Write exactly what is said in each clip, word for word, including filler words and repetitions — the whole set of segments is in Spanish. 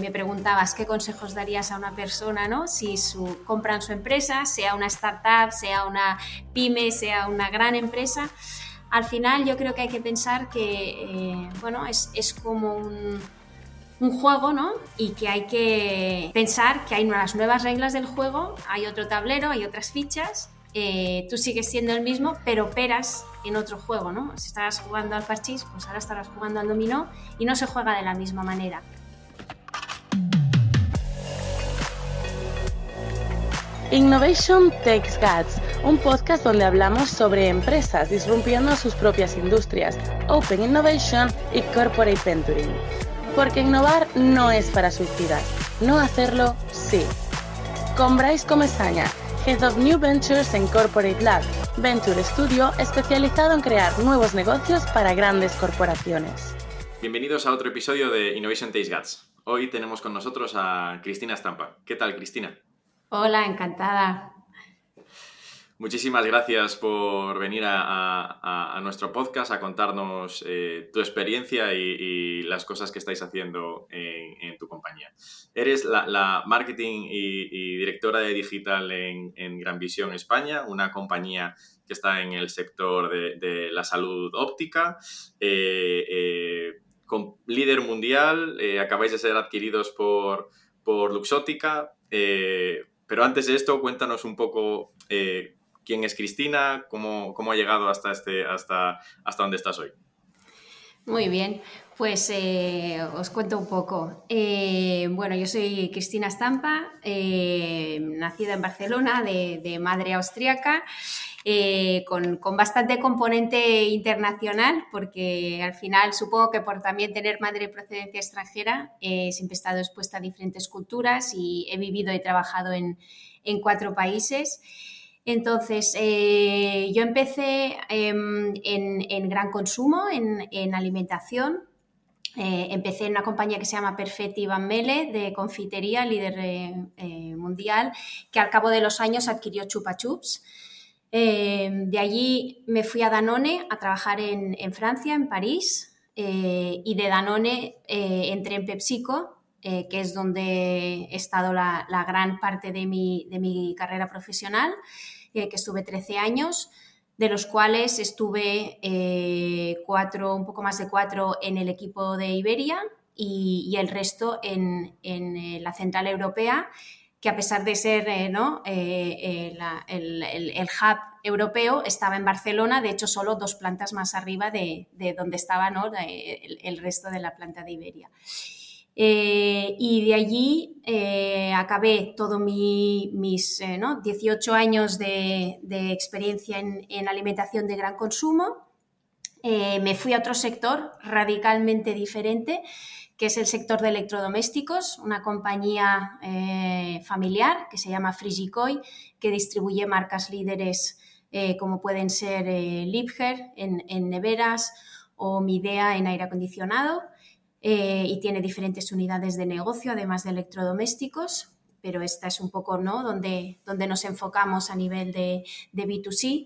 me preguntabas qué consejos darías a una persona, ¿no? Si su, compran su empresa, sea una startup, sea una pyme, sea una gran empresa, al final yo creo que hay que pensar que eh, bueno, es, es como un, un juego, ¿no? Y que hay que pensar que hay unas nuevas reglas del juego, hay otro tablero, hay otras fichas. Eh, tú sigues siendo el mismo, pero operas en otro juego, ¿no? Si estabas jugando al parchís, pues ahora estarás jugando al dominó y no se juega de la misma manera. Innovation Takes Guts, un podcast donde hablamos sobre empresas disrumpiendo sus propias industrias, Open Innovation y Corporate Venturing. Porque innovar no es para suicidas, no hacerlo sí. Con Bryce Comesaña, Head of New Ventures en Corporate Lab, Venture Studio especializado en crear nuevos negocios para grandes corporaciones. Bienvenidos a otro episodio de Innovation Takes Guts. Hoy tenemos con nosotros a Cristina Stampa. ¿Qué tal, Cristina? Hola, encantada. Muchísimas gracias por venir a, a, a nuestro podcast a contarnos eh, tu experiencia y, y las cosas que estáis haciendo en, en tu compañía. Eres la, la marketing y, y directora de digital en, en Gran Visión España, una compañía que está en el sector de, de la salud óptica, eh, eh, con líder mundial, eh, acabáis de ser adquiridos por, por Luxótica, eh, pero antes de esto cuéntanos un poco... Eh, ¿Quién es Cristina? ¿Cómo, cómo ha llegado hasta, este, hasta, hasta donde estás hoy? Muy bien, pues eh, os cuento un poco. Eh, bueno, yo soy Cristina Stampa, eh, nacida en Barcelona, de, de madre austríaca, eh, con, con bastante componente internacional, porque al final supongo que por también tener madre de procedencia extranjera, eh, siempre he estado expuesta a diferentes culturas y he vivido y trabajado en, en cuatro países. Entonces, eh, yo empecé eh, en, en gran consumo, en, en alimentación. Eh, empecé en una compañía que se llama Perfetti Van Melle, de confitería, líder eh, eh, mundial, que al cabo de los años adquirió Chupa Chups. Eh, de allí me fui a Danone a trabajar en, en Francia, en París, eh, y de Danone eh, entré en PepsiCo, eh, que es donde he estado la, la gran parte de mi, de mi carrera profesional, que estuve trece años, de los cuales estuve eh, cuatro, un poco más de cuatro en el equipo de Iberia y, y el resto en, en la central europea, que a pesar de ser eh, ¿no? eh, eh, la, el, el, el hub europeo, estaba en Barcelona, de hecho solo dos plantas más arriba de, de donde estaba, ¿no? el, el resto de la planta de Iberia. Eh, y de allí eh, acabé todos mi, mis eh, ¿no? dieciocho años de, de experiencia en, en alimentación de gran consumo. Eh, me fui a otro sector radicalmente diferente, que es el sector de electrodomésticos, una compañía eh, familiar que se llama Frigicoy, que distribuye marcas líderes eh, como pueden ser eh, Liebherr en, en neveras o Midea en aire acondicionado. Eh, y tiene diferentes unidades de negocio, además de electrodomésticos, pero esta es un poco, ¿no? donde, donde nos enfocamos a nivel de, de B dos C.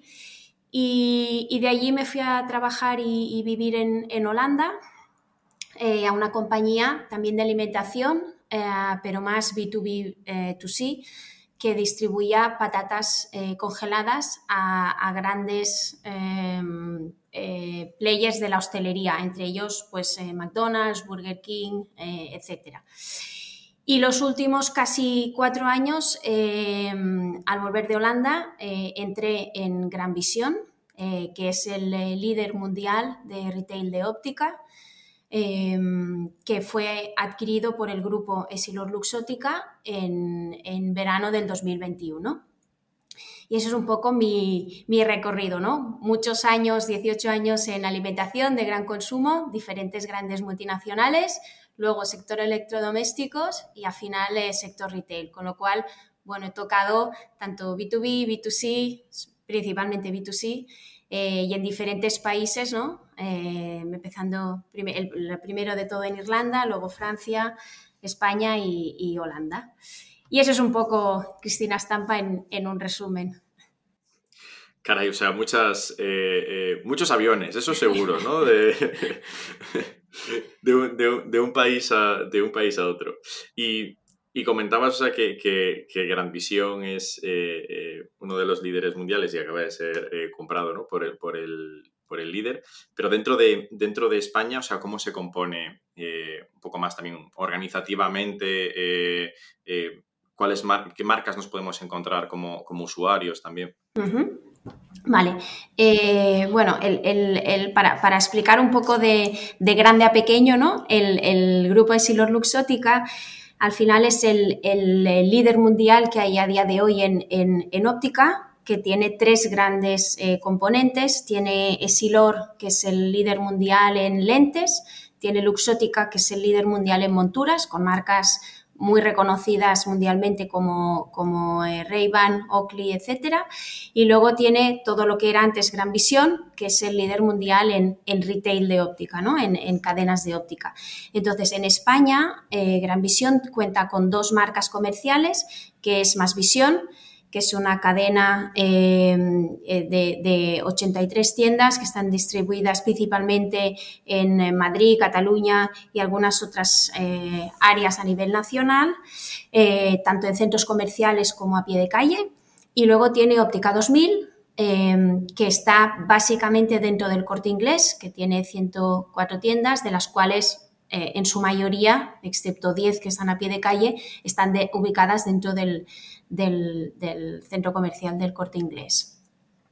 Y, y de allí me fui a trabajar y, y vivir en, en Holanda, eh, a una compañía también de alimentación, eh, pero más B dos B eh, dos C, que distribuía patatas eh, congeladas a, a grandes eh, eh, players de la hostelería, entre ellos pues, eh, McDonald's, Burger King, eh, etcétera. Y los últimos casi cuatro años, eh, al volver de Holanda, eh, entré en Gran Visión, eh, que es el eh, líder mundial de retail de óptica, Eh, que fue adquirido por el grupo Essilor-Luxottica en, en verano del dos mil veintiuno. Y eso es un poco mi, mi recorrido, ¿no? Muchos años, dieciocho años en alimentación de gran consumo, diferentes grandes multinacionales, luego sector electrodomésticos y al final eh, sector retail, con lo cual, bueno, he tocado tanto B dos B, B dos C, principalmente B dos C, eh, y en diferentes países, ¿no? Eh, empezando prim- el, el primero de todo en Irlanda, luego Francia, España y, y Holanda. Y eso es un poco Cristina Stampa en, en un resumen. Caray, o sea, muchas, eh, eh, muchos aviones, eso seguro, ¿no? De... de, un, de, un, de, un país a, de un país a otro. Y, y comentabas, o sea, que, que, que Grandvisión es eh, eh, uno de los líderes mundiales y acaba de ser eh, comprado, ¿no? por, el, por, el, por el líder. Pero dentro de, dentro de España, o sea, ¿cómo se compone eh, un poco más también organizativamente? Eh, eh, ¿cuáles mar- ¿Qué marcas nos podemos encontrar como, como usuarios también? Uh-huh. Vale, eh, bueno, el, el, el, para, para explicar un poco de, de grande a pequeño, ¿no? El, el grupo EssilorLuxottica al final es el, el, el líder mundial que hay a día de hoy en, en, en óptica, que tiene tres grandes eh, componentes. Tiene Essilor, que es el líder mundial en lentes, tiene Luxottica, que es el líder mundial en monturas, con marcas muy reconocidas mundialmente como, como eh, Ray-Ban, Oakley, etcétera. Y luego tiene todo lo que era antes Grandvisión, que es el líder mundial en, en retail de óptica, ¿no? en, en cadenas de óptica. Entonces, en España, eh, Grandvisión cuenta con dos marcas comerciales, que es Más Visión, que es una cadena eh, de, de ochenta y tres tiendas que están distribuidas principalmente en Madrid, Cataluña y algunas otras eh, áreas a nivel nacional, eh, tanto en centros comerciales como a pie de calle. Y luego tiene Óptica dos mil, eh, que está básicamente dentro del Corte Inglés, que tiene ciento cuatro tiendas, de las cuales Eh, en su mayoría, excepto diez que están a pie de calle, están de, ubicadas dentro del, del, del centro comercial del Corte Inglés.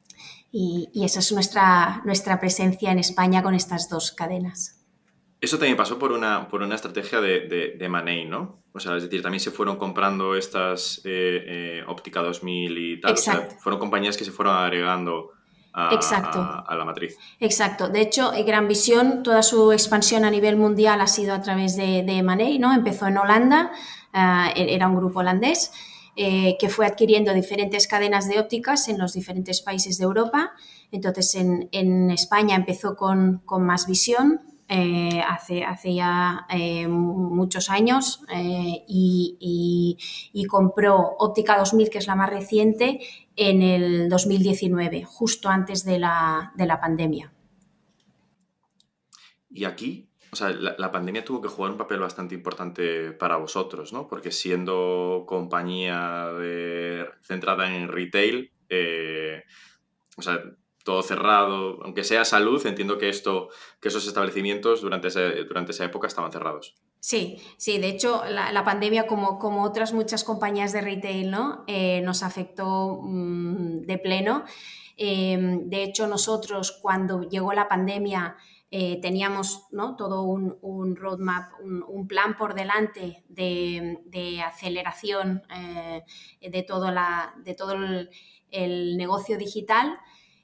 Y, y esa es nuestra, nuestra presencia en España con estas dos cadenas. Eso también pasó por una, por una estrategia de, de, de Manei, ¿no? O sea, es decir, también se fueron comprando estas eh, eh, Óptica dos mil y tal. Exacto. O sea, fueron compañías que se fueron agregando A, Exacto. A, a la matriz. Exacto. De hecho, Grandvisión, toda su expansión a nivel mundial ha sido a través de, de Manei, ¿no? Empezó en Holanda, uh, era un grupo holandés eh, que fue adquiriendo diferentes cadenas de ópticas en los diferentes países de Europa. Entonces, en, en España empezó con, con Más Visión, Eh, hace, hace ya eh, muchos años eh, y, y, y compró Óptica dos mil, que es la más reciente, en el dos mil diecinueve, justo antes de la, de la pandemia. Y aquí, o sea, la, la pandemia tuvo que jugar un papel bastante importante para vosotros, ¿no? Porque siendo compañía de, centrada en retail, eh, o sea, todo cerrado, aunque sea salud, entiendo que esto, que esos establecimientos durante, ese, durante esa época estaban cerrados. Sí, sí, de hecho la, la pandemia, como, como otras muchas compañías de retail, ¿no? Eh, nos afectó mmm, de pleno. Eh, de hecho, nosotros cuando llegó la pandemia eh, teníamos, ¿no? todo un, un roadmap, un, un plan por delante de, de aceleración eh, de todo, la, de todo el, el negocio digital.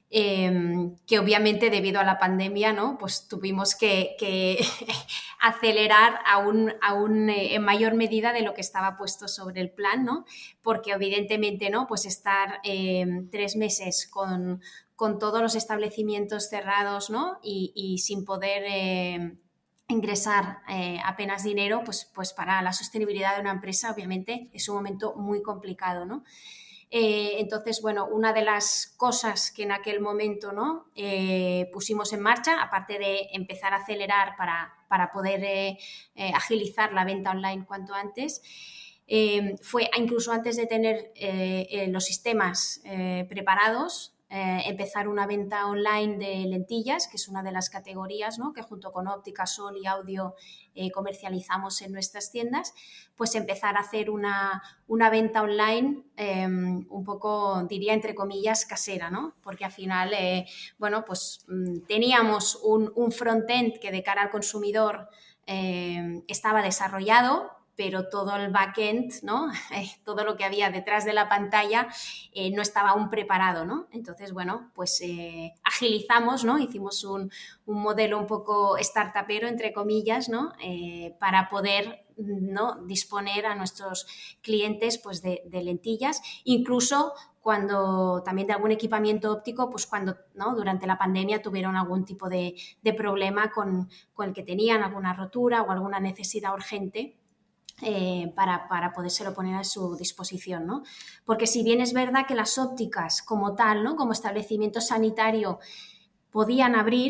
Eh, que obviamente debido a la pandemia, ¿no? Pues tuvimos que, que acelerar aún, aún eh, en mayor medida de lo que estaba puesto sobre el plan, ¿no? Porque evidentemente, ¿no? Pues estar eh, tres meses con, con todos los establecimientos cerrados, ¿no? Y, y sin poder eh, ingresar eh, apenas dinero, pues, pues para la sostenibilidad de una empresa obviamente es un momento muy complicado, ¿no? Eh, entonces, bueno, una de las cosas que en aquel momento, ¿no? eh, pusimos en marcha, aparte de empezar a acelerar para, para poder eh, eh, agilizar la venta online cuanto antes, eh, fue incluso antes de tener eh, eh, los sistemas eh, preparados, eh, empezar una venta online de lentillas, que es una de las categorías, ¿no? que junto con óptica, sol y audio eh, comercializamos en nuestras tiendas, pues empezar a hacer una, una venta online eh, un poco, diría entre comillas, casera, ¿no? Porque al final, eh, bueno, pues teníamos un, un front-end que de cara al consumidor eh, estaba desarrollado, pero todo el back-end, ¿no? todo lo que había detrás de la pantalla eh, no estaba aún preparado, ¿no? Entonces, bueno, pues eh, agilizamos, ¿no? Hicimos un, un modelo un poco startupero, entre comillas, ¿no? Eh, para poder, ¿no? disponer a nuestros clientes pues, de, de lentillas, incluso cuando también de algún equipamiento óptico, pues cuando ¿no? durante la pandemia tuvieron algún tipo de, de problema con, con el que tenían alguna rotura o alguna necesidad urgente. Eh, para, para podérselo poner a su disposición, ¿no? Porque si bien es verdad que las ópticas como tal, ¿no? como establecimiento sanitario podían abrir,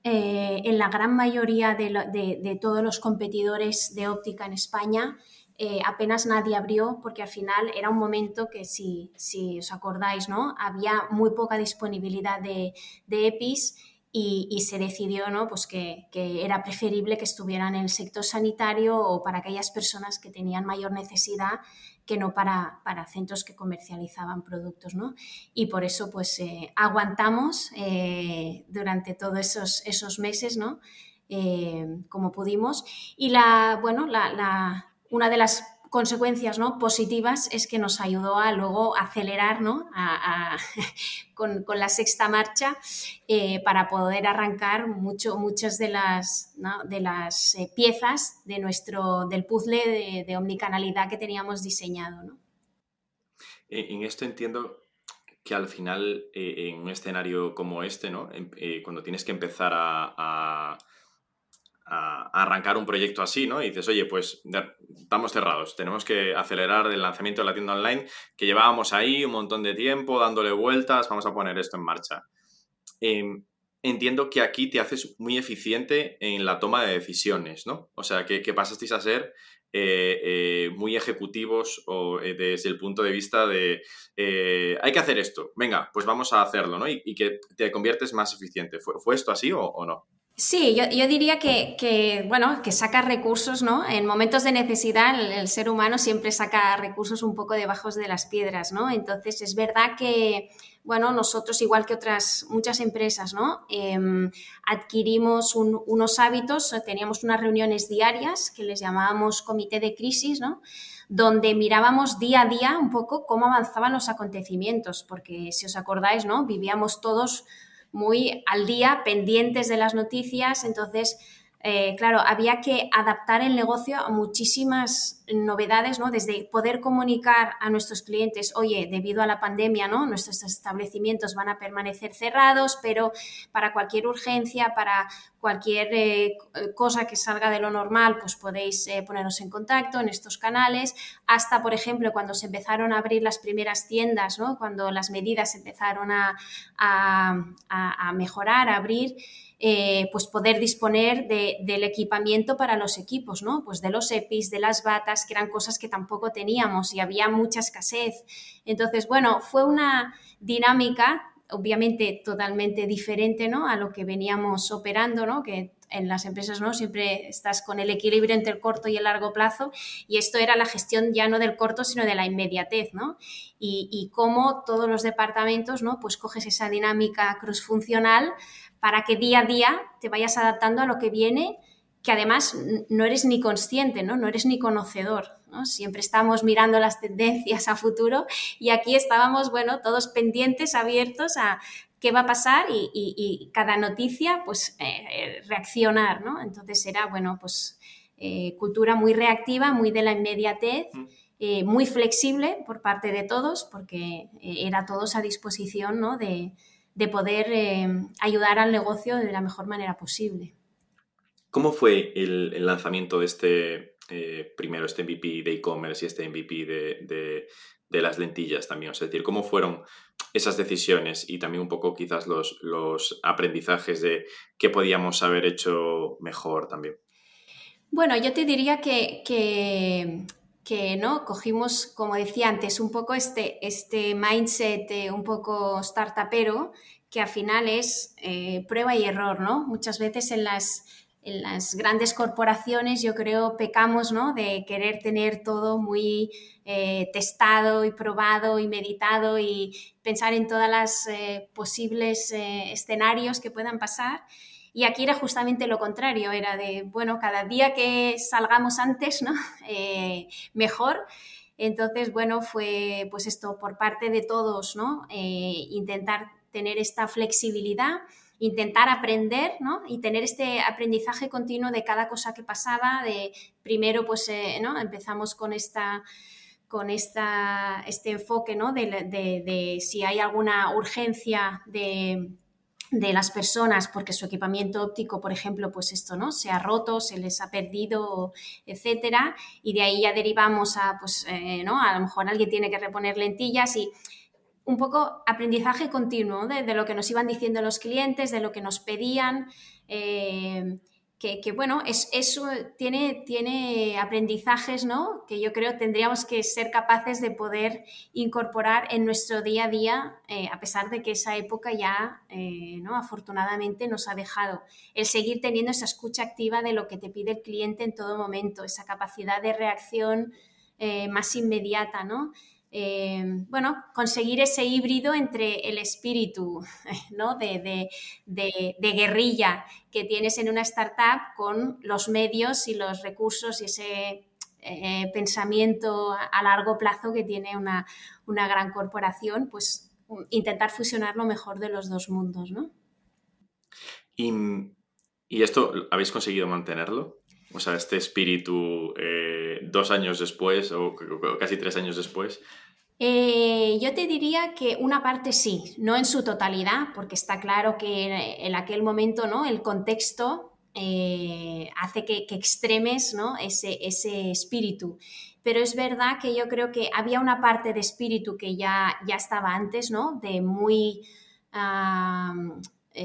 eh, en la gran mayoría de, lo, de, de todos los competidores de óptica en España, Eh, apenas nadie abrió, porque al final era un momento que, si, si os acordáis, ¿no? Había muy poca disponibilidad de, de EPIs y, y se decidió, ¿no? Pues que, que era preferible que estuvieran en el sector sanitario o para aquellas personas que tenían mayor necesidad, que no para, para centros que comercializaban productos, ¿no? Y por eso pues eh, aguantamos eh, durante todos esos, esos meses, ¿no? Eh, como pudimos. Y la, bueno, la... la una de las consecuencias, ¿no? positivas es que nos ayudó a luego acelerar, ¿no? a, a, con, con la sexta marcha eh, para poder arrancar mucho, muchas de las, ¿no? de las eh, piezas de nuestro, del puzzle de, de omnicanalidad que teníamos diseñado, ¿no? En esto entiendo que al final, eh, en un escenario como este, ¿no? Eh, cuando tienes que empezar a... a... a arrancar un proyecto así, ¿no? Y dices, oye, pues estamos cerrados, tenemos que acelerar el lanzamiento de la tienda online, que llevábamos ahí un montón de tiempo dándole vueltas, vamos a poner esto en marcha. Eh, entiendo que aquí te haces muy eficiente en la toma de decisiones, ¿no? O sea, que, que pasasteis a ser eh, eh, muy ejecutivos o eh, desde el punto de vista de eh, hay que hacer esto, venga, pues vamos a hacerlo, ¿no? Y, y que te conviertes más eficiente. ¿Fue, fue esto así o, o no? Sí, yo, yo diría que, que, bueno, que saca recursos, ¿no? En momentos de necesidad el, el ser humano siempre saca recursos un poco debajo de las piedras, ¿no? Entonces es verdad que, bueno, nosotros, igual que otras muchas empresas, ¿no? Eh, adquirimos un, unos hábitos, teníamos unas reuniones diarias que les llamábamos comité de crisis, ¿no? Donde mirábamos día a día un poco cómo avanzaban los acontecimientos, porque si os acordáis, ¿no? Vivíamos todos muy al día, pendientes de las noticias, entonces, eh, claro, había que adaptar el negocio a muchísimas novedades, ¿no? Desde poder comunicar a nuestros clientes, oye, debido a la pandemia, ¿no? Nuestros establecimientos van a permanecer cerrados, pero para cualquier urgencia, para cualquier eh, cosa que salga de lo normal, pues podéis eh, poneros en contacto en estos canales, hasta, por ejemplo, cuando se empezaron a abrir las primeras tiendas, ¿no? Cuando las medidas empezaron a, a, a, a mejorar, a abrir, Eh, pues poder disponer de, del equipamiento para los equipos, ¿no? Pues de los EPIs, de las batas, que eran cosas que tampoco teníamos y había mucha escasez. Entonces, bueno, fue una dinámica obviamente totalmente diferente, ¿no? A lo que veníamos operando, ¿no? Que en las empresas, ¿no? Siempre estás con el equilibrio entre el corto y el largo plazo, y esto era la gestión ya no del corto, sino de la inmediatez, ¿no? Y, y cómo todos los departamentos, ¿no? Pues coges esa dinámica crossfuncional para que día a día te vayas adaptando a lo que viene, que además no eres ni consciente, ¿no? No eres ni conocedor, ¿no? Siempre estamos mirando las tendencias a futuro y aquí estábamos, bueno, todos pendientes, abiertos a qué va a pasar y, y, y cada noticia, pues, eh, reaccionar, ¿no? Entonces era, bueno, pues, eh, cultura muy reactiva, muy de la inmediatez, eh, muy flexible por parte de todos, porque eh, era todos a disposición, ¿no? de, de poder eh, ayudar al negocio de la mejor manera posible. ¿Cómo fue el, el lanzamiento de este, eh, primero este M V P de e-commerce y este M V P de, de, de las lentillas también? Es decir, ¿cómo fueron esas decisiones y también un poco quizás los, los aprendizajes de qué podíamos haber hecho mejor también? Bueno, yo te diría que, que, que ¿no? Cogimos, como decía antes, un poco este, este mindset eh, un poco startupero, que al final es eh, prueba y error, ¿no? Muchas veces en las... En las grandes corporaciones, yo creo, pecamos, ¿no? De querer tener todo muy eh, testado y probado y meditado y pensar en todas las eh, posibles eh, escenarios que puedan pasar. Y aquí era justamente lo contrario, era de, bueno, cada día que salgamos antes, ¿no? eh, mejor. Entonces, bueno, fue pues esto por parte de todos, ¿no? Eh, intentar tener esta flexibilidad, intentar aprender, ¿no? Y tener este aprendizaje continuo de cada cosa que pasaba. De primero, pues, eh, ¿no? Empezamos con esta, con esta, este enfoque, ¿no? De, de, de si hay alguna urgencia de, de las personas porque su equipamiento óptico, por ejemplo, pues esto, ¿no? Se ha roto, se les ha perdido, etcétera. Y de ahí ya derivamos a, pues, eh, ¿no? A lo mejor alguien tiene que reponer lentillas y un poco aprendizaje continuo de, de lo que nos iban diciendo los clientes, de lo que nos pedían, eh, que, que bueno, es, eso tiene, tiene aprendizajes, ¿no?, que yo creo tendríamos que ser capaces de poder incorporar en nuestro día a día, eh, a pesar de que esa época ya, eh, ¿no?, afortunadamente nos ha dejado. El seguir teniendo esa escucha activa de lo que te pide el cliente en todo momento, esa capacidad de reacción eh, más inmediata, ¿no? Eh, bueno, conseguir ese híbrido entre el espíritu, ¿no?, de, de, de, de guerrilla que tienes en una startup con los medios y los recursos y ese eh, pensamiento a largo plazo que tiene una, una gran corporación, pues intentar fusionar lo mejor de los dos mundos, ¿no? ¿Y, y esto habéis conseguido mantenerlo? O sea, este espíritu eh, dos años después o casi tres años después. Eh, yo te diría que una parte sí, no en su totalidad, porque está claro que en aquel momento, ¿no?, el contexto eh, hace que, que extremes, ¿no?, ese, ese espíritu. Pero es verdad que yo creo que había una parte de espíritu que ya, ya estaba antes, ¿no?, de muy... Uh,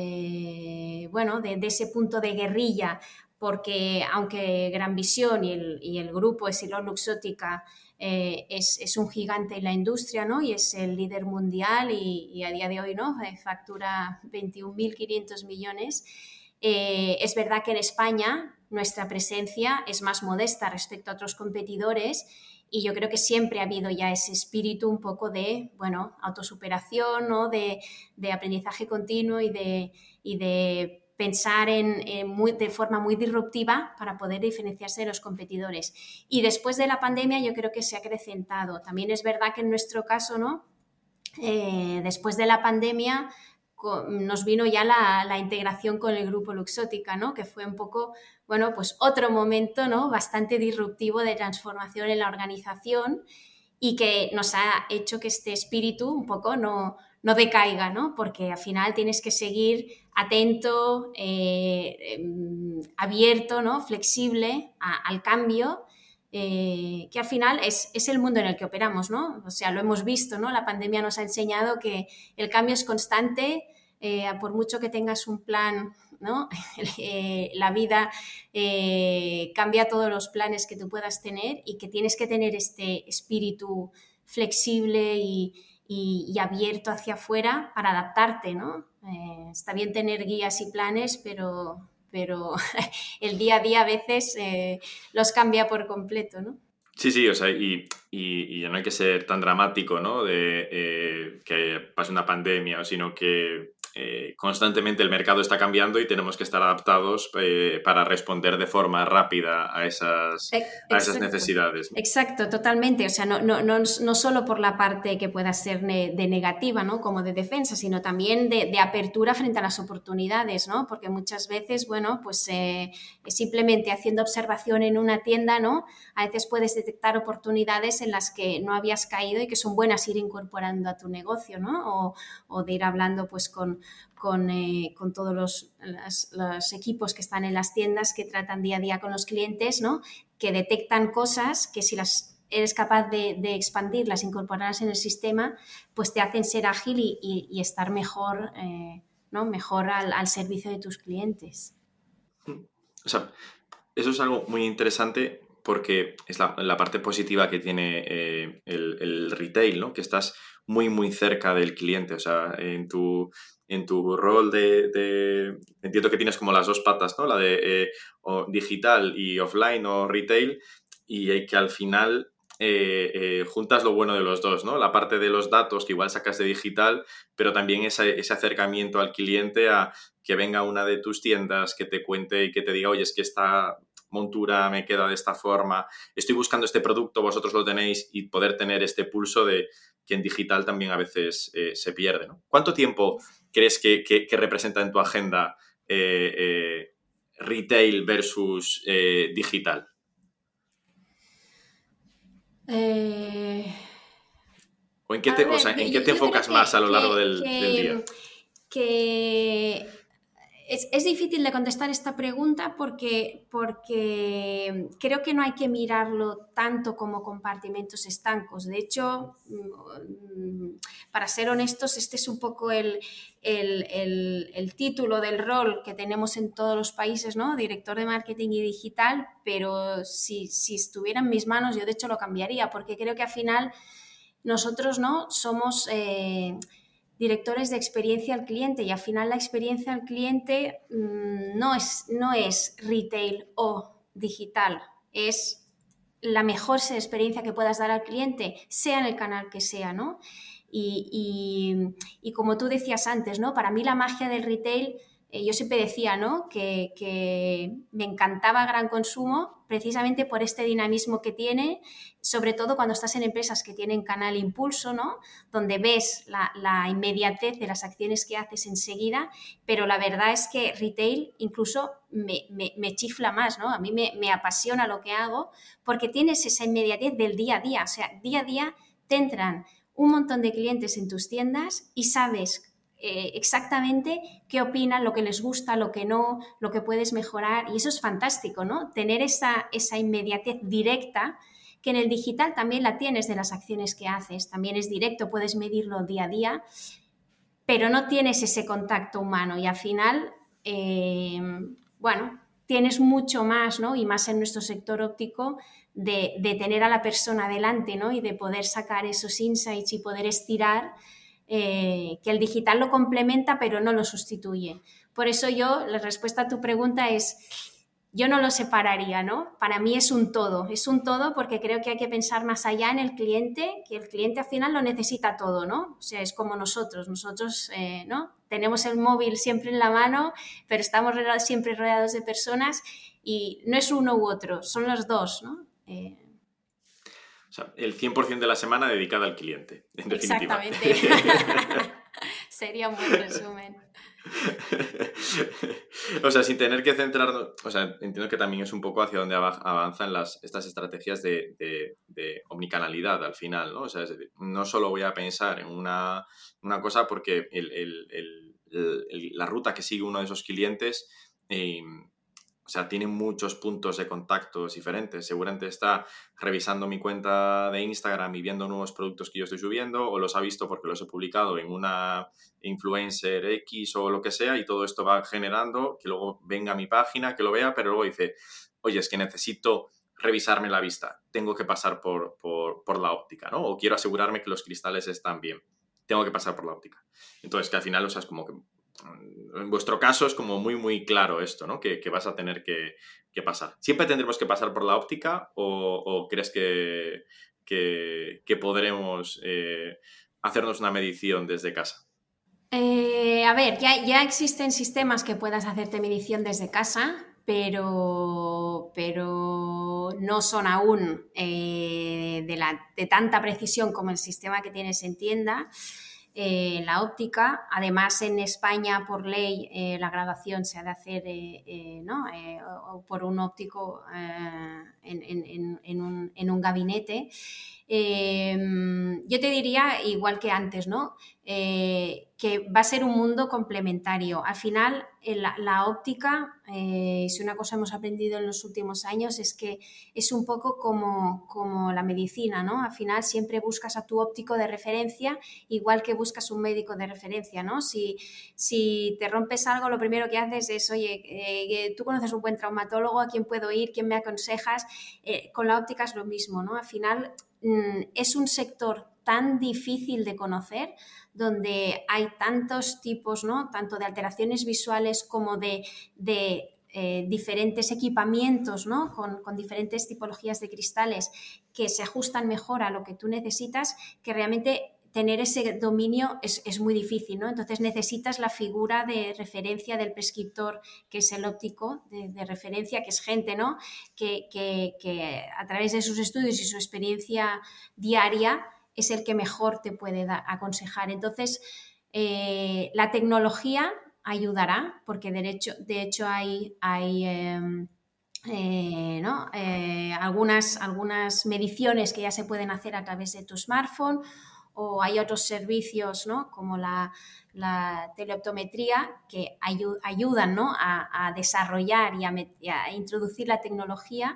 eh, bueno, de, de ese punto de guerrilla, porque aunque Gran Visión y el, y el grupo EssilorLuxottica eh, es, es un gigante en la industria, ¿no?, y es el líder mundial y, y a día de hoy, ¿no?, eh, factura veintiún mil quinientos millones, eh, es verdad que en España nuestra presencia es más modesta respecto a otros competidores y yo creo que siempre ha habido ya ese espíritu un poco de, bueno, autosuperación, ¿no?, de, de aprendizaje continuo y de, y de pensar en, en muy, de forma muy disruptiva para poder diferenciarse de los competidores. Y después de la pandemia yo creo que se ha acrecentado. También es verdad que en nuestro caso, ¿no?, eh, después de la pandemia nos vino ya la, la integración con el grupo Luxottica, ¿no?, que fue un poco, bueno, pues otro momento, ¿no?, bastante disruptivo de transformación en la organización y que nos ha hecho que este espíritu un poco no, no decaiga, ¿no?, porque al final tienes que seguir atento, eh, eh, abierto, ¿no?, flexible a, al cambio, eh, que al final es, es el mundo en el que operamos, ¿no? O sea, lo hemos visto, ¿no? La pandemia nos ha enseñado que el cambio es constante, eh, por mucho que tengas un plan, ¿no? eh, la vida eh, cambia todos los planes que tú puedas tener y que tienes que tener este espíritu flexible y, y, y abierto hacia afuera para adaptarte, ¿no? Eh, está bien tener guías y planes, pero... pero el día a día a veces eh, los cambia por completo, ¿no? Sí, sí, o sea, y, y, y no hay que ser tan dramático, ¿no?, de eh, que pase una pandemia, sino que eh, constantemente el mercado está cambiando y tenemos que estar adaptados eh, para responder de forma rápida a esas, a esas necesidades, ¿no? Exacto, totalmente. O sea, no, no, no, no solo por la parte que pueda ser ne- de negativa, ¿no?, como de defensa, sino también de, de apertura frente a las oportunidades, ¿no? Porque muchas veces, bueno, pues eh, simplemente haciendo observación en una tienda, ¿no?, a veces puedes detectar oportunidades en las que no habías caído y que son buenas ir incorporando a tu negocio, ¿no? O, o de ir hablando pues con, con, eh, con todos los, las, los equipos que están en las tiendas que tratan día a día con los clientes, ¿no?, que detectan cosas que si las eres capaz de, de expandirlas, incorporarlas en el sistema, pues te hacen ser ágil y, y, y estar mejor, eh, ¿no?, mejor al, al servicio de tus clientes. O sea, eso es algo muy interesante porque es la, la parte positiva que tiene eh, el, el retail, ¿no?, que estás muy, muy cerca del cliente. O sea, en tu, en tu rol de, de... Entiendo que tienes como las dos patas, ¿no?, la de eh, o digital y offline o retail, y hay que al final eh, eh, juntas lo bueno de los dos, ¿no? La parte de los datos que igual sacas de digital, pero también ese, ese acercamiento al cliente a que venga una de tus tiendas, que te cuente y que te diga, oye, es que esta montura me queda de esta forma, estoy buscando este producto, vosotros lo tenéis, y poder tener este pulso de que en digital también a veces eh, se pierde, ¿no? ¿Cuánto tiempo crees que, que, que representa en tu agenda eh, eh, retail versus eh, digital? Eh... ¿O en qué te, ver, o sea, ¿en yo, qué te enfocas que, más a lo largo que, del, que, del día? Que Es, es difícil de contestar esta pregunta porque, porque creo que no hay que mirarlo tanto como compartimentos estancos. De hecho, para ser honestos, este es un poco el, el, el, el título del rol que tenemos en todos los países, ¿no? Director de marketing y digital, pero si, si estuviera en mis manos, yo de hecho lo cambiaría, porque creo que al final nosotros, ¿no?, somos... Eh, directores de experiencia al cliente, y al final la experiencia al cliente mmm, no, es, no es retail o digital, es la mejor experiencia que puedas dar al cliente, sea en el canal que sea, ¿no? Y, y, y como tú decías antes, ¿no?, para mí la magia del retail, eh, yo siempre decía, ¿no?, que, que me encantaba Gran Consumo precisamente por este dinamismo que tiene, sobre todo cuando estás en empresas que tienen canal impulso, ¿no?, donde ves la, la inmediatez de las acciones que haces enseguida, pero la verdad es que retail incluso me, me, me chifla más, ¿no? A mí me, me apasiona lo que hago porque tienes esa inmediatez del día a día, o sea, día a día te entran un montón de clientes en tus tiendas y sabes Eh, exactamente qué opinan, lo que les gusta, lo que no, lo que puedes mejorar, y eso es fantástico, ¿no? Tener esa, esa inmediatez directa, que en el digital también la tienes de las acciones que haces, también es directo, puedes medirlo día a día, pero no tienes ese contacto humano y al final, eh, bueno, tienes mucho más, ¿no? Y más en nuestro sector óptico, de, de tener a la persona delante, ¿no? Y de poder sacar esos insights y poder estirar. Eh, que el digital lo complementa pero no lo sustituye. Por eso yo, la respuesta a tu pregunta es, yo no lo separaría, ¿no? Para mí es un todo, es un todo porque creo que hay que pensar más allá en el cliente, que el cliente al final lo necesita todo, ¿no? O sea, es como nosotros, nosotros, eh, ¿no?, tenemos el móvil siempre en la mano, pero estamos rodeados, siempre rodeados de personas, y no es uno u otro, son los dos, ¿no? Eh, O sea, el cien por ciento de la semana dedicada al cliente, en definitiva. Exactamente. Sería un buen resumen. O sea, sin tener que centrarnos... O sea, entiendo que también es un poco hacia donde avanzan las, estas estrategias de, de, de omnicanalidad al final, ¿no? O sea, es decir, no solo voy a pensar en una, una cosa porque el, el, el, el, la ruta que sigue uno de esos clientes... Eh, O sea, tiene muchos puntos de contactos diferentes. Seguramente está revisando mi cuenta de Instagram y viendo nuevos productos que yo estoy subiendo, o los ha visto porque los he publicado en una influencer X o lo que sea, y todo esto va generando que luego venga a mi página, que lo vea, pero luego dice, oye, es que necesito revisarme la vista, tengo que pasar por, por, por la óptica, ¿no? O quiero asegurarme que los cristales están bien, tengo que pasar por la óptica. Entonces, que al final, o sea, es como que en vuestro caso es como muy, muy claro esto, ¿no? Que, que vas a tener que, que pasar. ¿Siempre tendremos que pasar por la óptica o, o crees que, que, que podremos eh, hacernos una medición desde casa? Eh, a ver, ya, ya existen sistemas que puedas hacerte medición desde casa, pero, pero no son aún eh, de, la, de tanta precisión como el sistema que tienes en tienda. Eh, la óptica, además en España por ley eh, la graduación se ha de hacer eh, eh, ¿no? eh, o por un óptico eh, en, en, en, un, en un gabinete. Eh, yo te diría, igual que antes, ¿no? Eh, que va a ser un mundo complementario. Al final, la, la óptica, eh, si una cosa hemos aprendido en los últimos años, es que es un poco como, como la medicina, ¿no? Al final siempre buscas a tu óptico de referencia, igual que buscas un médico de referencia, ¿no? Si, si te rompes algo, lo primero que haces es, oye, eh, tú conoces un buen traumatólogo, ¿a quién puedo ir? ¿Quién me aconsejas? Eh, con la óptica es lo mismo, ¿no? Al final mm, es un sector tan difícil de conocer, donde hay tantos tipos, ¿no? Tanto de alteraciones visuales como de, de eh, diferentes equipamientos, ¿no? Con, con diferentes tipologías de cristales que se ajustan mejor a lo que tú necesitas, que realmente tener ese dominio es, es muy difícil, ¿no? Entonces necesitas la figura de referencia del prescriptor, que es el óptico de, de referencia, que es gente, ¿no? Que, que, que a través de sus estudios y su experiencia diaria es el que mejor te puede da, aconsejar. Entonces, eh, la tecnología ayudará, porque de hecho, de hecho hay, hay eh, eh, ¿no? eh, algunas, algunas mediciones que ya se pueden hacer a través de tu smartphone, o hay otros servicios, ¿no? Como la, la teleoptometría que ayu- ayudan, ¿no? a, a desarrollar y a, met- y a introducir la tecnología,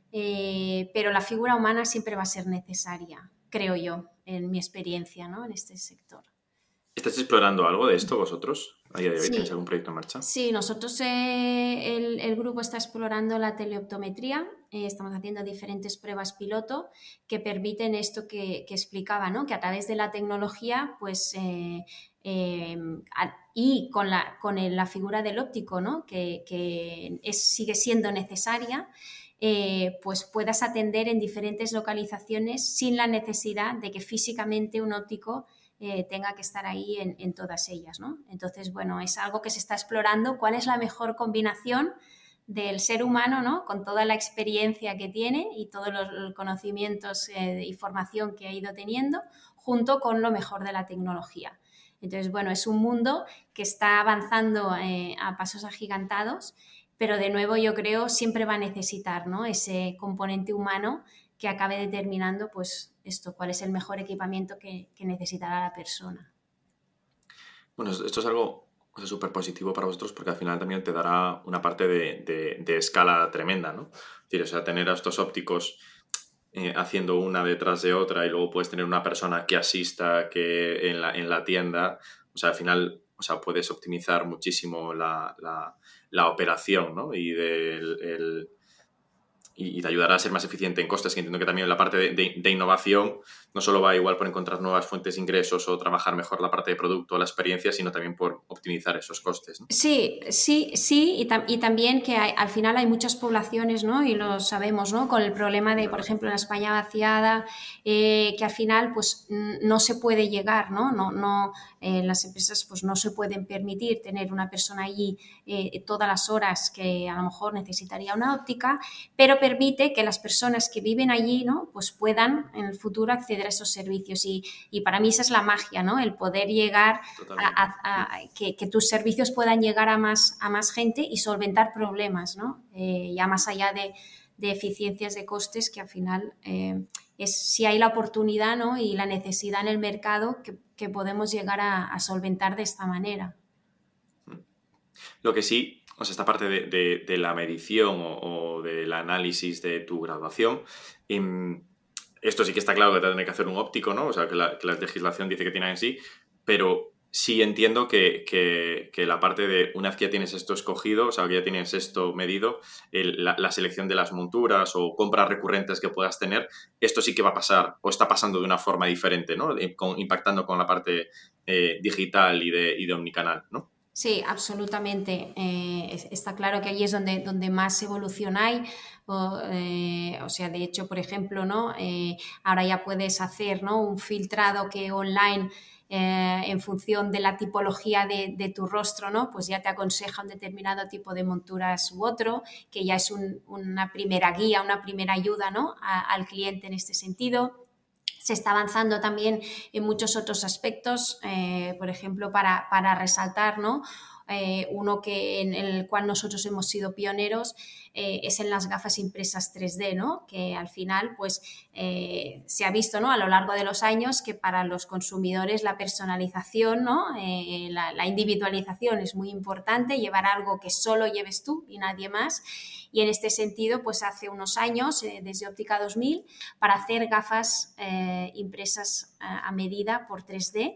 eh, pero la figura humana siempre va a ser necesaria, creo yo, en mi experiencia, ¿no? En este sector. ¿Estáis explorando algo de esto vosotros a día de hoy? ¿Tenéis Sí, algún proyecto en marcha? sí, nosotros eh, el, el grupo está explorando la teleoptometría, eh, estamos haciendo diferentes pruebas piloto que permiten esto que, que explicaba, ¿no? Que a través de la tecnología, pues, eh, eh, a, y con la, con el, la figura del óptico, ¿no? Que, que es, sigue siendo necesaria, eh, pues puedas atender en diferentes localizaciones sin la necesidad de que físicamente un óptico Eh, tenga que estar ahí en, en todas ellas, ¿no? Entonces, bueno, es algo que se está explorando, cuál es la mejor combinación del ser humano, ¿no? Con toda la experiencia que tiene y todos los conocimientos eh, y formación que ha ido teniendo, junto con lo mejor de la tecnología. Entonces, bueno, es un mundo que está avanzando eh, a pasos agigantados, pero de nuevo yo creo siempre va a necesitar, ¿no? Ese componente humano que acabe determinando, pues, esto, cuál es el mejor equipamiento que, que necesitará la persona. Bueno, esto es algo súper positivo para vosotros porque al final también te dará una parte de, de, de escala tremenda, ¿no? Es decir, o sea, tener a estos ópticos eh, haciendo una detrás de otra y luego puedes tener una persona que asista que en la, en la tienda, o sea, al final, o sea, puedes optimizar muchísimo la, la, la operación, ¿no? Y del, el, y te ayudará a ser más eficiente en costes, que entiendo que también la parte de, de, de innovación no solo va igual por encontrar nuevas fuentes de ingresos o trabajar mejor la parte de producto o la experiencia, sino también por optimizar esos costes, ¿no? Sí, sí, sí, y, tam y también que hay, al final hay muchas poblaciones, ¿no? Y lo sabemos, ¿no? Con el problema de, por ejemplo, en la España vaciada, eh, que al final, pues, no se puede llegar, ¿no? No, no eh, las empresas, pues, no se pueden permitir tener una persona allí eh, todas las horas que a lo mejor necesitaría una óptica, pero permite que las personas que viven allí, ¿no? Pues puedan en el futuro acceder a esos servicios y, y para mí esa es la magia, ¿no? El poder llegar a, a, a que, que tus servicios puedan llegar a más, a más gente y solventar problemas, ¿no? Eh, ya más allá de, de eficiencias de costes, que al final eh, es si hay la oportunidad, ¿no? Y la necesidad en el mercado que, que podemos llegar a, a solventar de esta manera. Lo que sí, o sea, esta parte de, de, de la medición o, o del análisis de tu graduación, eh, esto sí que está claro que te tiene que hacer un óptico, ¿no? O sea, que la, que la legislación dice que tiene en sí, pero sí entiendo que, que, que la parte de una vez que ya tienes esto escogido, o sea, que ya tienes esto medido, el, la, la selección de las monturas o compras recurrentes que puedas tener, esto sí que va a pasar o está pasando de una forma diferente, ¿no? Con, impactando con la parte eh, digital y de, y de omnicanal, ¿no? Sí, absolutamente. Eh, está claro que allí es donde, donde más evolución hay. O, eh, o sea, de hecho, por ejemplo, ¿no? Eh, ahora ya puedes hacer, ¿no? Un filtrado que online eh, en función de la tipología de, de tu rostro, ¿no? Pues ya te aconseja un determinado tipo de monturas u otro, que ya es un, una primera guía, una primera ayuda, ¿no? A, al cliente en este sentido. Se está avanzando también en muchos otros aspectos, eh, por ejemplo, para, para resaltar, ¿no? Eh, uno que en el cual nosotros hemos sido pioneros eh, es en las gafas impresas tres D, ¿no? Que al final pues, eh, se ha visto, ¿no? A lo largo de los años que para los consumidores la personalización, ¿no? eh, la, la individualización es muy importante, llevar algo que solo lleves tú y nadie más. Y en este sentido, pues hace unos años, eh, desde Óptica dos mil, para hacer gafas eh, impresas a, a medida por tres D.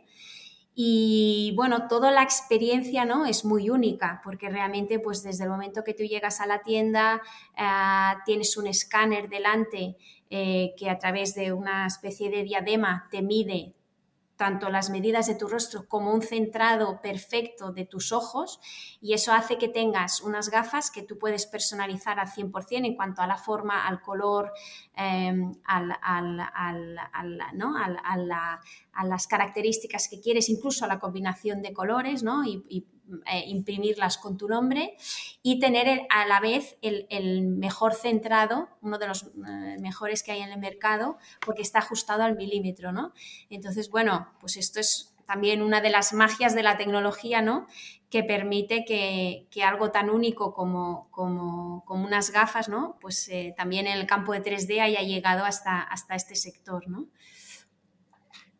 Y bueno, toda la experiencia, ¿no? Es muy única porque realmente pues desde el momento que tú llegas a la tienda eh, tienes un escáner delante eh, que a través de una especie de diadema te mide tanto las medidas de tu rostro como un centrado perfecto de tus ojos y eso hace que tengas unas gafas que tú puedes personalizar al cien por ciento en cuanto a la forma, al color, eh, al, al, al, al, ¿no? al, a, la, a las características que quieres, incluso a la combinación de colores, ¿no? y, y eh, imprimirlas con tu nombre y tener el, a la vez el, el mejor centrado, uno de los eh, mejores que hay en el mercado porque está ajustado al milímetro, ¿no? Entonces, bueno, pues esto es también una de las magias de la tecnología, ¿no? Que permite que, que algo tan único como, como, como unas gafas, ¿no? Pues eh, también en el campo de tres D haya llegado hasta, hasta este sector, ¿no?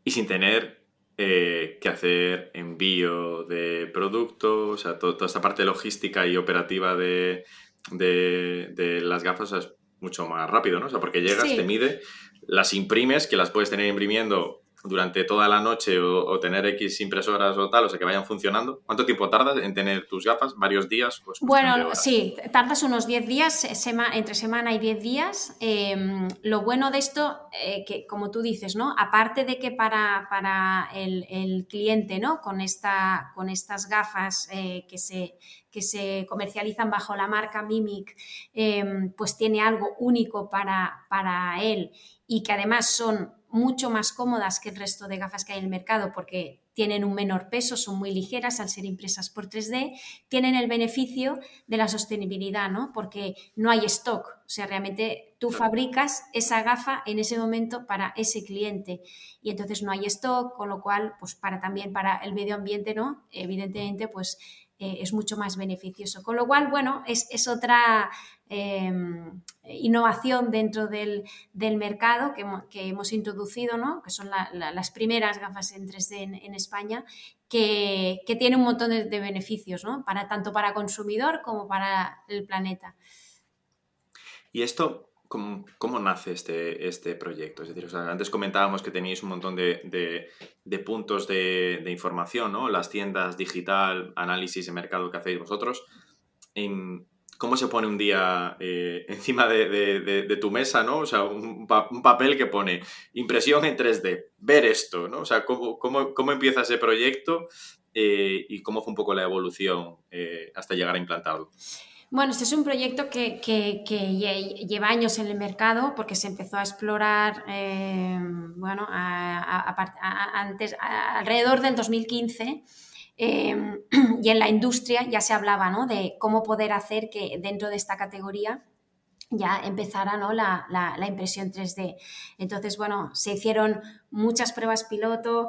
y sin tener eh, que hacer envío de productos, o sea, todo, toda esta parte logística y operativa de, de, de las gafas es mucho más rápido, ¿no? O sea, porque llegas, te Sí. mide, las imprimes, que las puedes tener imprimiendo durante toda la noche o, o tener X impresoras o tal, o sea, que vayan funcionando. ¿Cuánto tiempo tardas en tener tus gafas? ¿Varios días o es cuestión de Bueno, horas? sí, tardas unos diez días, sema, entre semana y diez días. Eh, lo bueno de esto, eh, que como tú dices, ¿no? Aparte de que para, para el, el cliente, ¿no? Con, esta, con estas gafas eh, que, se, que se comercializan bajo la marca Mimic, eh, pues tiene algo único para, para él y que además son mucho más cómodas que el resto de gafas que hay en el mercado porque tienen un menor peso, son muy ligeras al ser impresas por tres D, tienen el beneficio de la sostenibilidad, ¿no? Porque no hay stock, o sea, realmente tú Claro. fabricas esa gafa en ese momento para ese cliente y entonces no hay stock, con lo cual, pues para también para el medio ambiente, ¿no? Evidentemente, pues eh, es mucho más beneficioso. Con lo cual, bueno, es, es otra eh, innovación dentro del, del mercado que, que hemos introducido, ¿no? Que son la, la, las primeras gafas en tres D en, en España, que, que tiene un montón de, de beneficios, ¿no? Para, tanto para consumidor como para el planeta. ¿Y esto cómo, cómo nace este, este proyecto? Es decir, o sea, antes comentábamos que teníais un montón de, de, de puntos de, de información, ¿no? Las tiendas digital, análisis de mercado que hacéis vosotros. En, ¿Cómo se pone un día eh, encima de, de, de, de tu mesa, ¿no? O sea, un, pa un papel que pone impresión en tres D, ver esto, ¿no? O sea, ¿cómo, cómo, cómo empieza ese proyecto eh, y cómo fue un poco la evolución eh, hasta llegar a implantarlo? Bueno, este es un proyecto que, que, que lleva años en el mercado porque se empezó a explorar eh, bueno, a, a, a, a, antes, a, alrededor del dos mil quince. Eh, y en la industria ya se hablaba, ¿no? De cómo poder hacer que dentro de esta categoría ya empezara, ¿no? la, la, la impresión tres D. Entonces, bueno, se hicieron muchas pruebas piloto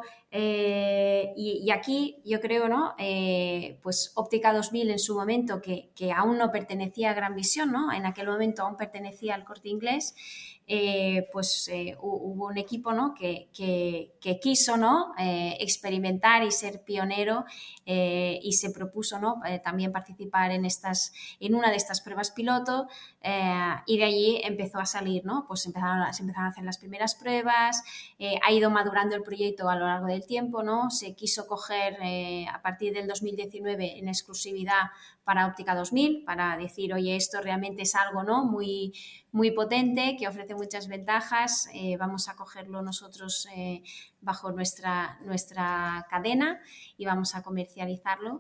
eh, y, y aquí yo creo, ¿no? Eh, pues Óptica dos mil en su momento, que, que aún no pertenecía a Gran Visión, ¿no? En aquel momento aún pertenecía al Corte Inglés, eh, pues eh, hubo un equipo, ¿no? que, que, que quiso, ¿no? eh, experimentar y ser pionero eh, y se propuso, ¿no? eh, también participar en, estas, en una de estas pruebas piloto eh, y de allí empezó a salir, ¿no? Pues empezaron, se empezaron a hacer las primeras pruebas, eh, ha ido madurando el proyecto a lo largo del tiempo, ¿no? Se quiso coger eh, a partir del dos mil diecinueve en exclusividad para Óptica dos mil, para decir, oye, esto realmente es algo, ¿no? muy, muy potente, que ofrece muchas ventajas, eh, vamos a cogerlo nosotros eh, bajo nuestra, nuestra cadena y vamos a comercializarlo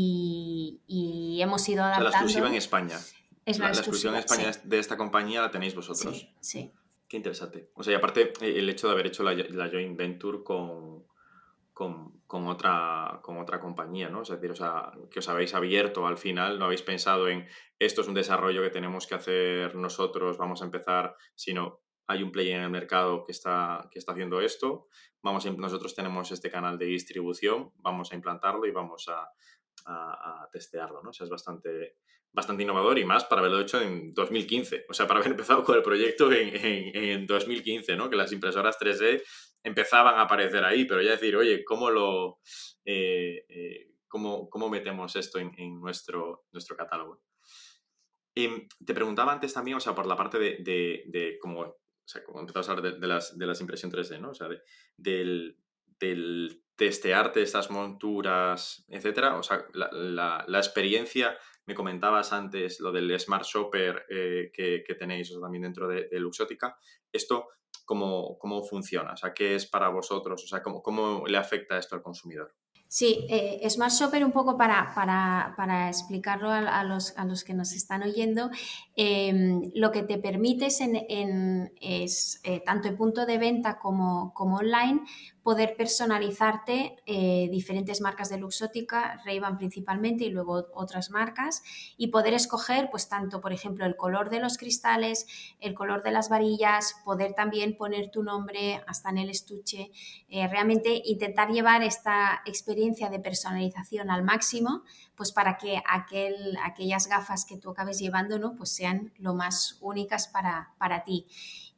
y, y hemos ido adaptando. O sea, la exclusiva en España. Es la, la, la exclusiva en España sí. de esta compañía la tenéis vosotros. Sí, sí. Qué interesante. O sea, y aparte el hecho de haber hecho la, la joint venture con, con, con, otra, con otra compañía, ¿no? Es decir, o sea, que os habéis abierto al final, no habéis pensado en esto es un desarrollo que tenemos que hacer nosotros, vamos a empezar, sino hay un player en el mercado que está, que está haciendo esto, vamos a, nosotros tenemos este canal de distribución, vamos a implantarlo y vamos a, a, a testearlo, ¿no? O sea, es bastante, bastante innovador y más para haberlo hecho en dos mil quince, o sea, para haber empezado con el proyecto en, en, en dos mil quince, ¿no? Que las impresoras tres D empezaban a aparecer ahí, pero ya decir, oye, ¿cómo lo eh, eh, cómo, cómo metemos esto en, en nuestro, nuestro catálogo? Eh, te preguntaba antes también, o sea, por la parte de, de, de cómo, o sea, como empezamos a hablar de, de, las, de las impresión tres D, ¿no? O sea, de, del, del testearte estas monturas, etcétera. O sea, la, la, la experiencia, me comentabas antes lo del Smart Shopper eh, que, que tenéis o sea, también dentro de, de Luxottica. Esto, ¿cómo, ¿cómo funciona? O sea, ¿qué es para vosotros? O sea, ¿cómo, cómo le afecta esto al consumidor? Sí, eh, Smart Shopper, un poco para, para, para explicarlo a, a, los, a los que nos están oyendo, eh, lo que te permite es, en, en, es eh, tanto en punto de venta como, como online, poder personalizarte eh, diferentes marcas de Luxottica, Ray-Ban principalmente y luego otras marcas, y poder escoger pues tanto, por ejemplo, el color de los cristales, el color de las varillas, poder también poner tu nombre hasta en el estuche, eh, realmente intentar llevar esta experiencia de personalización al máximo, pues para que aquel, aquellas gafas que tú acabes llevando, ¿no? Pues sean lo más únicas para, para ti.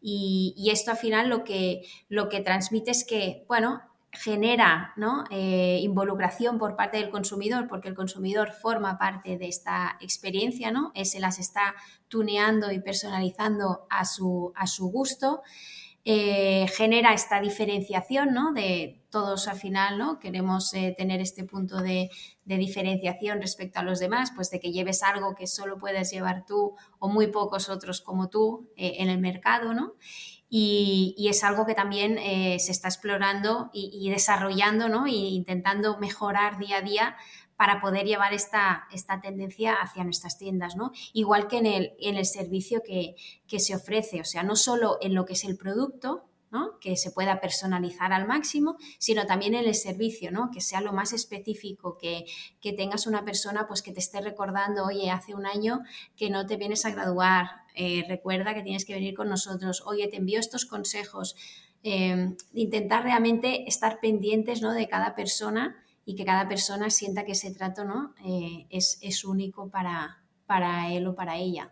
Y, y esto al final lo que, lo que transmite es que, bueno, genera, ¿no? eh, involucración por parte del consumidor, porque el consumidor forma parte de esta experiencia, ¿no? Eh, se las está tuneando y personalizando a su, a su gusto. Eh, genera esta diferenciación, ¿no? De todos al final, ¿no? Queremos eh, tener este punto de, de diferenciación respecto a los demás, pues de que lleves algo que solo puedes llevar tú o muy pocos otros como tú eh, en el mercado, ¿no? Y, y es algo que también eh, se está explorando y, y desarrollando, ¿no? E intentando mejorar día a día para poder llevar esta, esta tendencia hacia nuestras tiendas, ¿no? Igual que en el, en el servicio que, que se ofrece, o sea, no solo en lo que es el producto, ¿no? Que se pueda personalizar al máximo, sino también en el servicio, ¿no? Que sea lo más específico, que, que tengas una persona pues, que te esté recordando, oye, hace un año que no te vienes a graduar, eh, recuerda que tienes que venir con nosotros, oye, te envío estos consejos, eh, intentar realmente estar pendientes, ¿no? De cada persona y que cada persona sienta que ese trato, ¿no? eh, es, es único para, para él o para ella.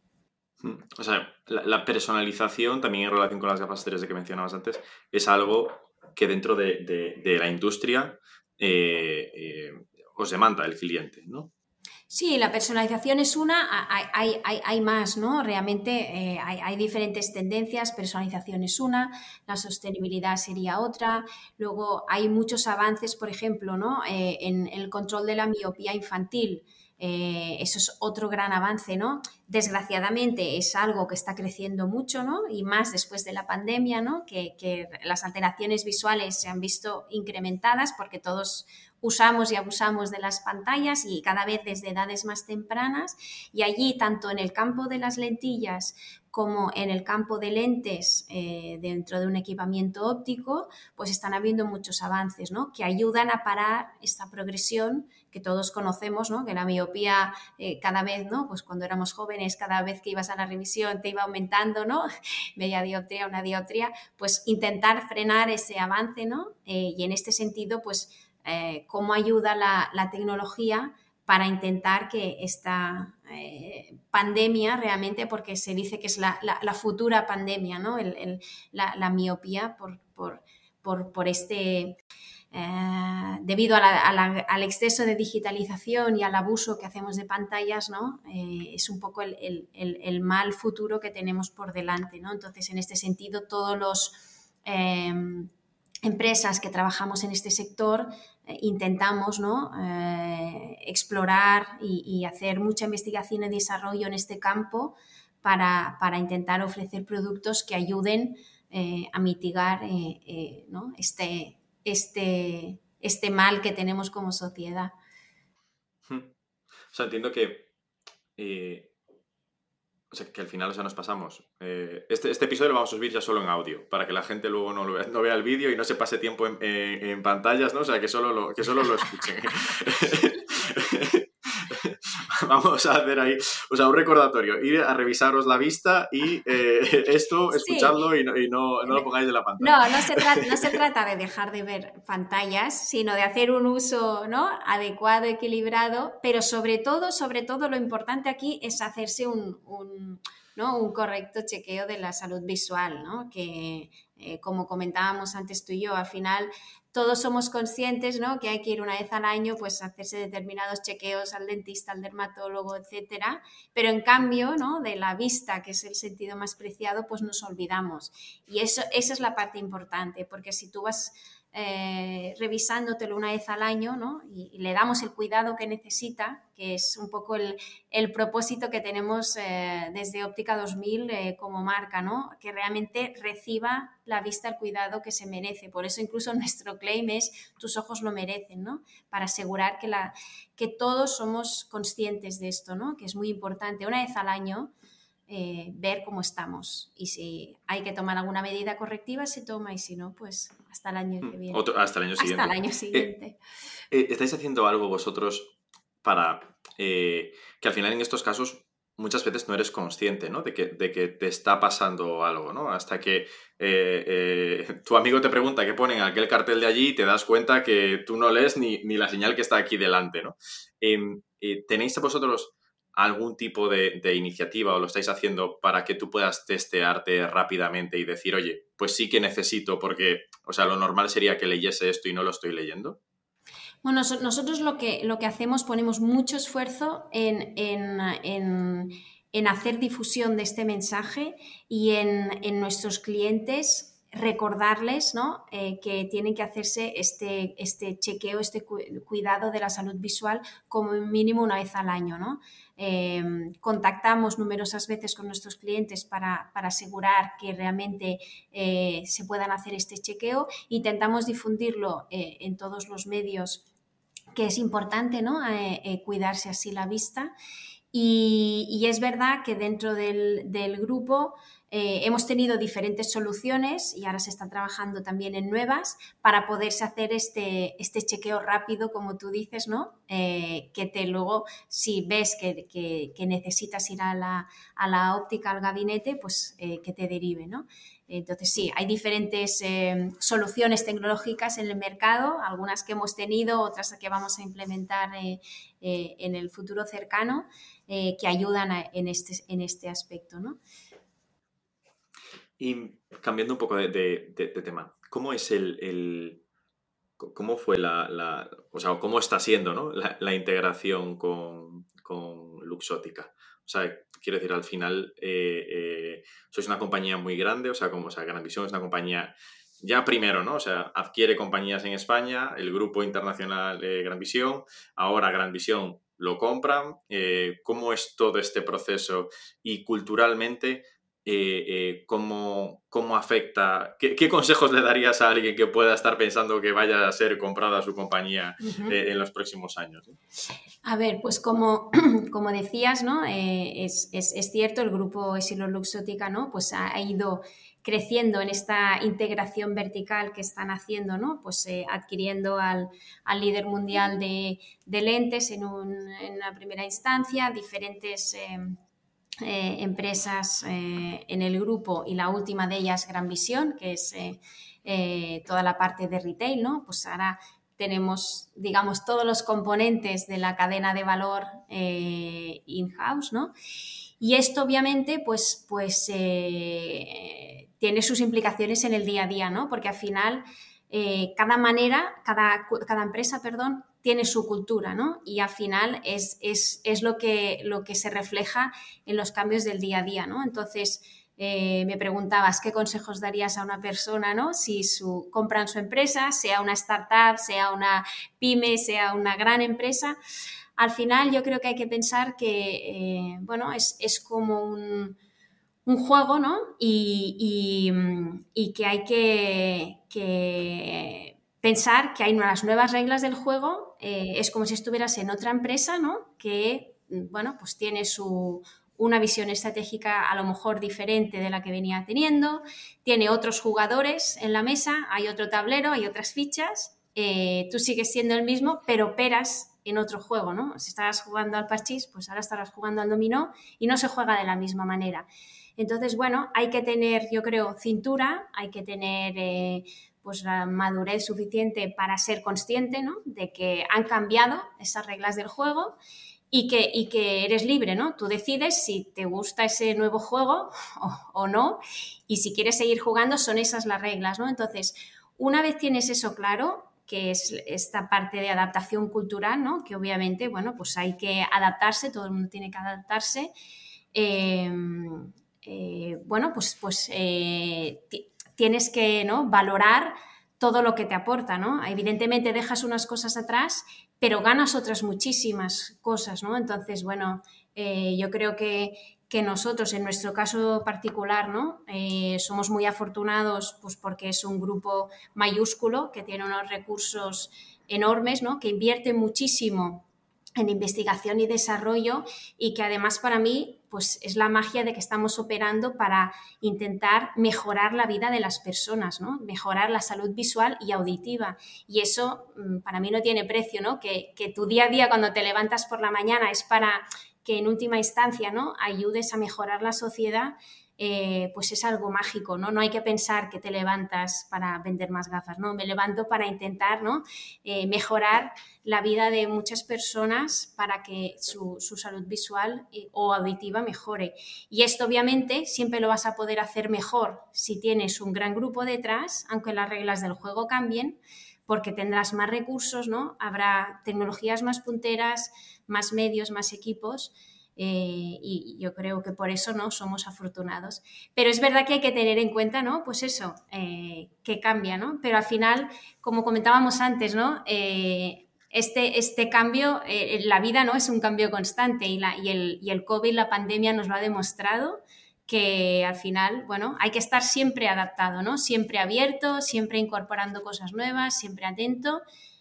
O sea, la, la personalización también en relación con las gafas tres D que mencionabas antes es algo que dentro de, de, de la industria eh, eh, os demanda el cliente, ¿no? Sí, la personalización es una, hay, hay, hay, hay más, ¿no? Realmente eh, hay, hay diferentes tendencias, personalización es una, la sostenibilidad sería otra, luego hay muchos avances, por ejemplo, ¿no? Eh, en el control de la miopía infantil. Eh, eso es otro gran avance, ¿no? Desgraciadamente es algo que está creciendo mucho, ¿no? Y más después de la pandemia, ¿no? Que, que las alteraciones visuales se han visto incrementadas porque todos usamos y abusamos de las pantallas y cada vez desde edades más tempranas, y allí tanto en el campo de las lentillas como en el campo de lentes eh, dentro de un equipamiento óptico, pues están habiendo muchos avances, ¿no? Que ayudan a parar esta progresión que todos conocemos, ¿no? Que la miopía eh, cada vez, ¿no? Pues cuando éramos jóvenes, cada vez que ibas a la revisión te iba aumentando, ¿no? Media dioptría, una dioptría, pues intentar frenar ese avance, ¿no? Eh, y en este sentido, pues Eh, cómo ayuda la, la tecnología para intentar que esta eh, pandemia realmente, porque se dice que es la, la, la futura pandemia, ¿no? El, el, la, la miopía por, por, por, por este... Eh, debido a la, a la, al exceso de digitalización y al abuso que hacemos de pantallas, ¿no? Eh, es un poco el, el, el, el mal futuro que tenemos por delante, ¿no? Entonces, en este sentido, todos los... Eh, empresas que trabajamos en este sector eh, intentamos, ¿no? eh, explorar y, y hacer mucha investigación y desarrollo en este campo para, para intentar ofrecer productos que ayuden eh, a mitigar eh, eh, ¿no? este, este, este mal que tenemos como sociedad. O sea, entiendo que eh, o sea, que al final, o sea, nos pasamos. Eh, este, este episodio lo vamos a subir ya solo en audio, para que la gente luego no, lo vea, no vea el vídeo y no se pase tiempo en, en, en pantallas, ¿no? O sea, que solo lo, que solo lo escuchen. Vamos a hacer ahí, o sea, un recordatorio, ir a revisaros la vista y eh, esto, escuchadlo sí. y, no, y no, no lo pongáis de la pantalla. No, no se, trata, no se trata de dejar de ver pantallas, sino de hacer un uso, ¿no? adecuado, equilibrado, pero sobre todo, sobre todo lo importante aquí es hacerse un, un, ¿no? un correcto chequeo de la salud visual, ¿no? Que eh, como comentábamos antes tú y yo, al final todos somos conscientes, ¿no? Que hay que ir una vez al año, pues hacerse determinados chequeos al dentista, al dermatólogo, etcétera. Pero en cambio, ¿no? De la vista, que es el sentido más preciado, pues nos olvidamos. Y eso, esa es la parte importante, porque si tú vas eh, revisándotelo una vez al año, ¿no? y, y le damos el cuidado que necesita, que es un poco el, el propósito que tenemos eh, desde Óptica dos mil eh, como marca, ¿no? Que realmente reciba la vista el cuidado que se merece. Por eso incluso nuestro claim es tus ojos lo merecen, ¿no? Para asegurar que, la, que todos somos conscientes de esto, ¿no? Que es muy importante. Una vez al año eh, ver cómo estamos y si hay que tomar alguna medida correctiva se toma y si no, pues hasta el año que viene. Otro, hasta el año siguiente. Hasta el año siguiente. Eh, eh, ¿Estáis haciendo algo vosotros para eh, que al final en estos casos muchas veces no eres consciente, ¿no? de, que, de que te está pasando algo, ¿no? Hasta que eh, eh, tu amigo te pregunta qué ponen aquel cartel de allí y te das cuenta que tú no lees ni, ni la señal que está aquí delante, ¿no? Eh, eh, ¿Tenéis vosotros algún tipo de, de iniciativa o lo estáis haciendo para que tú puedas testearte rápidamente y decir, oye, pues sí que necesito porque, o sea, lo normal sería que leyese esto y no lo estoy leyendo? Bueno, nosotros lo que, lo que hacemos, ponemos mucho esfuerzo en, en, en, en hacer difusión de este mensaje y en, en nuestros clientes recordarles, ¿no? eh, que tienen que hacerse este, este chequeo, este cu cuidado de la salud visual como mínimo una vez al año, ¿no? Eh, contactamos numerosas veces con nuestros clientes para, para asegurar que realmente eh, se puedan hacer este chequeo. Intentamos difundirlo eh, en todos los medios, que es importante, ¿no? Eh, eh, cuidarse así la vista. Y, y es verdad que dentro del, del grupo eh, hemos tenido diferentes soluciones y ahora se está trabajando también en nuevas para poderse hacer este, este chequeo rápido, como tú dices, ¿no? Eh, que te luego, si ves que, que, que necesitas ir a la, a la óptica, al gabinete, pues eh, que te derive, ¿no? Entonces sí, hay diferentes eh, soluciones tecnológicas en el mercado, algunas que hemos tenido, otras que vamos a implementar eh, eh, en el futuro cercano, eh, que ayudan a, en, este, en este aspecto, ¿no? Y cambiando un poco de, de, de, de tema, ¿cómo es el, el cómo fue la, la, o sea, cómo está siendo, ¿no? la, la integración con, con Luxottica? O sea, quiero decir, al final eh, eh, sois una compañía muy grande, o sea, como, o sea, Gran Visión es una compañía ya primero, ¿no? O sea, adquiere compañías en España, el grupo internacional eh, Gran Visión, ahora Gran Visión lo compran. Eh, ¿Cómo es todo este proceso? Y culturalmente, eh, eh, ¿cómo, cómo afecta? ¿Qué, ¿Qué consejos le darías a alguien que pueda estar pensando que vaya a ser comprada su compañía Uh-huh. eh, en los próximos años? A ver, pues como, como decías, ¿no? Eh, es, es, es cierto, el grupo Essilor-Luxottica, ¿no? Pues ha, ha ido creciendo en esta integración vertical que están haciendo, ¿no? Pues eh, adquiriendo al, al líder mundial de, de lentes en, un, en una primera instancia, diferentes eh, eh, empresas eh, en el grupo, y la última de ellas Gran Visión, que es eh, eh, toda la parte de retail, ¿no? Pues ahora tenemos, digamos, todos los componentes de la cadena de valor eh, in-house, ¿no? Y esto, obviamente, pues, pues eh, tiene sus implicaciones en el día a día, ¿no? Porque al final eh, cada manera, cada, cada empresa, perdón, tiene su cultura, ¿no? Y al final es, es, es lo, que, lo que se refleja en los cambios del día a día, ¿no? Entonces, Eh, me preguntabas qué consejos darías a una persona, ¿no? Si su, compran su empresa, sea una startup, sea una pyme, sea una gran empresa. Al final yo creo que hay que pensar que, eh, bueno, es, es como un, un juego, ¿no? Y, y, y que hay que, que pensar que hay unas nuevas reglas del juego. Eh, es como si estuvieras en otra empresa, ¿no? Que, bueno, pues tiene su... una visión estratégica a lo mejor diferente de la que venía teniendo, tiene otros jugadores en la mesa, hay otro tablero, hay otras fichas, eh, tú sigues siendo el mismo, pero operas en otro juego, ¿no? Si estabas jugando al parchís, pues ahora estarás jugando al dominó y no se juega de la misma manera. Entonces, bueno, hay que tener, yo creo, cintura, hay que tener eh, pues la madurez suficiente para ser consciente, ¿no? De que han cambiado esas reglas del juego. Y que, y que eres libre, ¿no? Tú decides si te gusta ese nuevo juego o, o no, y si quieres seguir jugando son esas las reglas, ¿no? Entonces, una vez tienes eso claro, que es esta parte de adaptación cultural, ¿no? Que obviamente, bueno, pues hay que adaptarse, todo el mundo tiene que adaptarse. Eh, eh, bueno, pues, pues eh, tienes que, ¿no? Valorar todo lo que te aporta, ¿no? Evidentemente dejas unas cosas atrás, pero ganas otras muchísimas cosas, ¿no? Entonces, bueno, eh, yo creo que, que nosotros, en nuestro caso particular, ¿no? Eh, somos muy afortunados, pues porque es un grupo mayúsculo que tiene unos recursos enormes, ¿no? Que invierte muchísimo en investigación y desarrollo, y que además para mí pues es la magia de que estamos operando para intentar mejorar la vida de las personas, ¿no? Mejorar la salud visual y auditiva, y eso para mí no tiene precio, ¿no? Que, que tu día a día cuando te levantas por la mañana es para que en última instancia, ¿no? Ayudes a mejorar la sociedad. eh, pues es algo mágico, ¿no? No hay que pensar que te levantas para vender más gafas, ¿no? Me levanto para intentar, ¿no? eh, mejorar la vida de muchas personas para que su, su salud visual eh, o auditiva mejore. Y esto obviamente siempre lo vas a poder hacer mejor si tienes un gran grupo detrás, aunque las reglas del juego cambien, porque tendrás más recursos, ¿no? Habrá tecnologías más punteras, más medios, más equipos, eh, y yo creo que por eso, ¿no? Somos afortunados. Pero es verdad que hay que tener en cuenta, ¿no? Pues eso, eh, que cambia, ¿no? Pero al final, como comentábamos antes, ¿no? Eh, este, este cambio, eh, la vida, ¿no? Es un cambio constante y, la, y, el, y el COVID, la pandemia nos lo ha demostrado, que al final, bueno, hay que estar siempre adaptado, ¿no? Siempre abierto, siempre incorporando cosas nuevas, siempre atento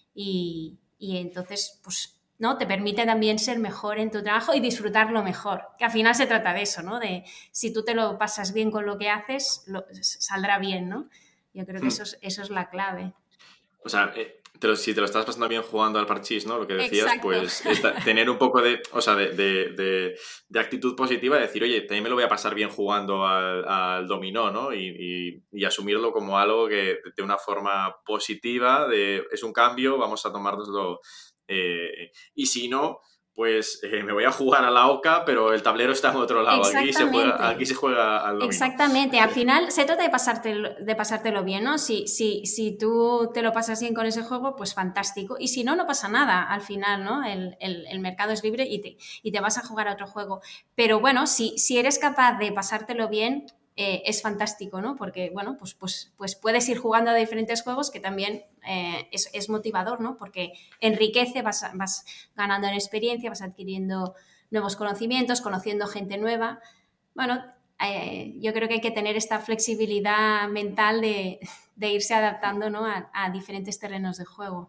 y, y entonces, pues, ¿no? Te permite también ser mejor en tu trabajo y disfrutarlo mejor, que al final se trata de eso, ¿no? De si tú te lo pasas bien con lo que haces, lo, saldrá bien, ¿no? Yo creo que eso es, eso es la clave. O sea, eh, te lo, si te lo estás pasando bien jugando al parchís, ¿no? Lo que decías, Exacto. pues esta, tener un poco de, o sea, de, de, de, de actitud positiva, de decir, oye, también me lo voy a pasar bien jugando al, al dominó, ¿no? Y, y, y asumirlo como algo que de una forma positiva, de es un cambio, vamos a tomárnoslo. Eh, y si no, pues eh, me voy a jugar a la oca, pero el tablero está en otro lado. Aquí se juega, aquí se juega al dominó. Exactamente. Al final se trata de pasártelo, de pasártelo bien, ¿no? Si, si, si tú te lo pasas bien con ese juego, pues fantástico. Y si no, no pasa nada al final, ¿no? El, el, el mercado es libre y te, y te vas a jugar a otro juego. Pero bueno, si, si eres capaz de pasártelo bien, eh, es fantástico, ¿no? Porque, bueno, pues, pues, pues puedes ir jugando a diferentes juegos que también eh, es, es motivador, ¿no? Porque enriquece, vas, vas ganando en experiencia, vas adquiriendo nuevos conocimientos, conociendo gente nueva. Bueno, eh, yo creo que hay que tener esta flexibilidad mental de, de irse adaptando, ¿no? a, a diferentes terrenos de juego.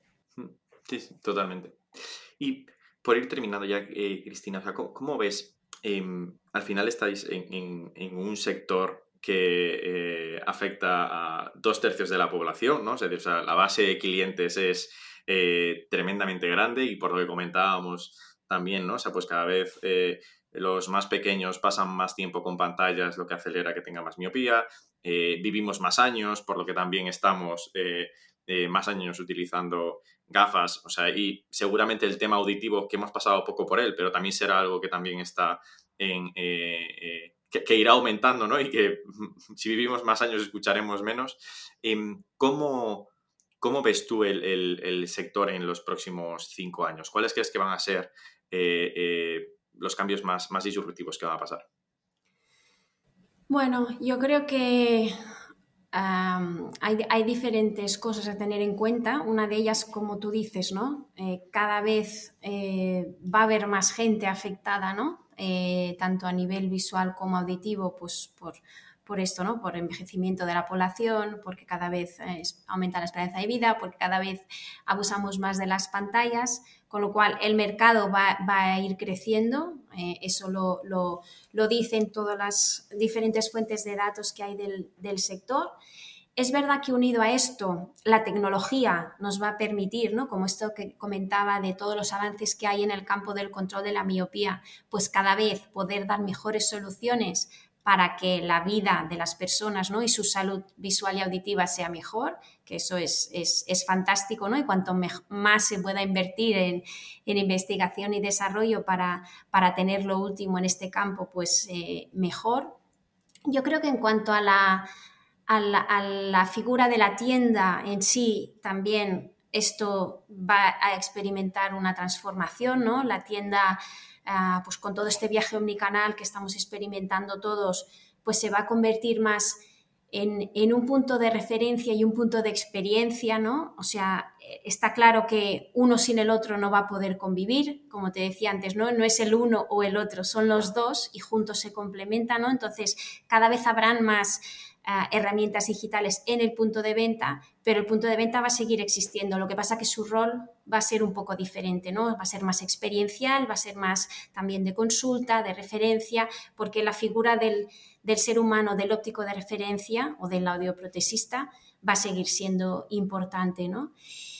Sí, sí, totalmente. Y por ir terminando ya, eh, Cristina, o sea, ¿cómo, cómo ves? Eh, al final estáis en, en, en un sector que eh, afecta a dos tercios de la población, ¿no? O sea, o sea la base de clientes es eh, tremendamente grande y por lo que comentábamos también, ¿no? O sea, pues cada vez eh, los más pequeños pasan más tiempo con pantallas, lo que acelera que tenga más miopía, eh, vivimos más años, por lo que también estamos eh, eh, más años utilizando gafas, o sea, y seguramente el tema auditivo, que hemos pasado poco por él, pero también será algo que también está en... Eh, eh, que, que irá aumentando, ¿no? Y que si vivimos más años escucharemos menos. Eh, ¿cómo, ¿Cómo ves tú el, el, el sector en los próximos cinco años? ¿Cuáles crees que van a ser eh, eh, los cambios más, más disruptivos que van a pasar? Bueno, yo creo que Um, hay, hay diferentes cosas a tener en cuenta. Una de ellas, como tú dices, ¿no? Eh, cada vez eh, va a haber más gente afectada, ¿no? Eh, tanto a nivel visual como auditivo, pues por, por esto, ¿no? Por envejecimiento de la población, porque cada vez eh, aumenta la esperanza de vida, porque cada vez abusamos más de las pantallas, con lo cual el mercado va, va a ir creciendo. Eh, eso lo, lo, lo dicen todas las diferentes fuentes de datos que hay del, del sector. Es verdad que unido a esto, la tecnología nos va a permitir, ¿no? Como esto que comentaba de todos los avances que hay en el campo del control de la miopía, pues cada vez poder dar mejores soluciones para que la vida de las personas, ¿no? Y su salud visual y auditiva sea mejor, que eso es, es, es fantástico, ¿no? Y cuanto me, más se pueda invertir en, en investigación y desarrollo para, para tener lo último en este campo, pues eh, mejor. Yo creo que en cuanto a la, a, la, a la figura de la tienda en sí, también esto va a experimentar una transformación, ¿no? La tienda... Uh, pues con todo este viaje omnicanal que estamos experimentando todos, pues se va a convertir más en, en un punto de referencia y un punto de experiencia, ¿no? O sea, está claro que uno sin el otro no va a poder convivir, como te decía antes, ¿no? No es el uno o el otro, son los dos y juntos se complementan, ¿no? Entonces, cada vez habrán más Uh, herramientas digitales en el punto de venta, pero el punto de venta va a seguir existiendo. Lo que pasa es que su rol va a ser un poco diferente, ¿no? Va a ser más experiencial, va a ser más también de consulta, de referencia, porque la figura del, del ser humano, del óptico de referencia o del audioprotesista va a seguir siendo importante, ¿no?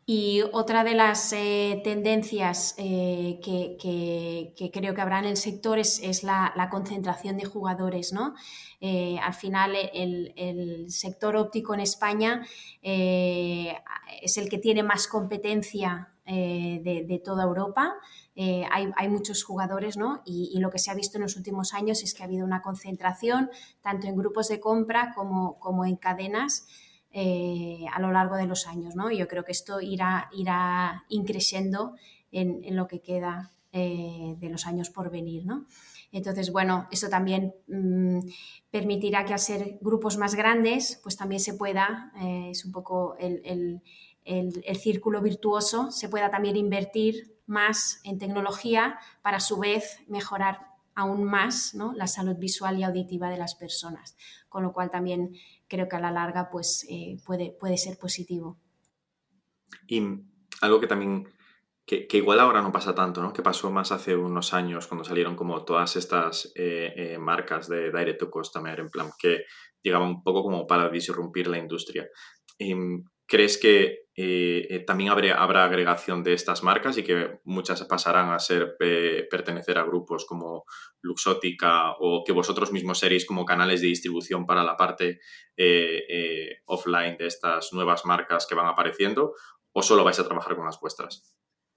Y otra de las eh, tendencias eh, que, que, que creo que habrá en el sector es, es la, la concentración de jugadores, ¿no? Eh, al final el, el sector óptico en España eh, es el que tiene más competencia eh, de, de toda Europa. Eh, hay, hay muchos jugadores, ¿no? Y, y lo que se ha visto en los últimos años es que ha habido una concentración tanto en grupos de compra como, como en cadenas eh, a lo largo de los años, ¿no? Yo creo que esto irá, irá increciendo en, en lo que queda eh, de los años por venir, ¿no? Entonces, bueno, eso también mmm, permitirá que al ser grupos más grandes, pues también se pueda, eh, es un poco el, el, el, el círculo virtuoso, se pueda también invertir más en tecnología para a su vez mejorar aún más, ¿no?, la salud visual y auditiva de las personas, con lo cual también creo que a la larga pues, eh, puede, puede ser positivo. Y algo que también, que, que igual ahora no pasa tanto, ¿no?, que pasó más hace unos años cuando salieron como todas estas eh, eh, marcas de Direct to Customer, en plan que llegaban un poco como para disrumpir la industria. Y, ¿crees que eh, eh, también habrá, habrá agregación de estas marcas y que muchas pasarán a ser eh, pertenecer a grupos como Luxottica, o que vosotros mismos seréis como canales de distribución para la parte eh, eh, offline de estas nuevas marcas que van apareciendo, o solo vais a trabajar con las vuestras?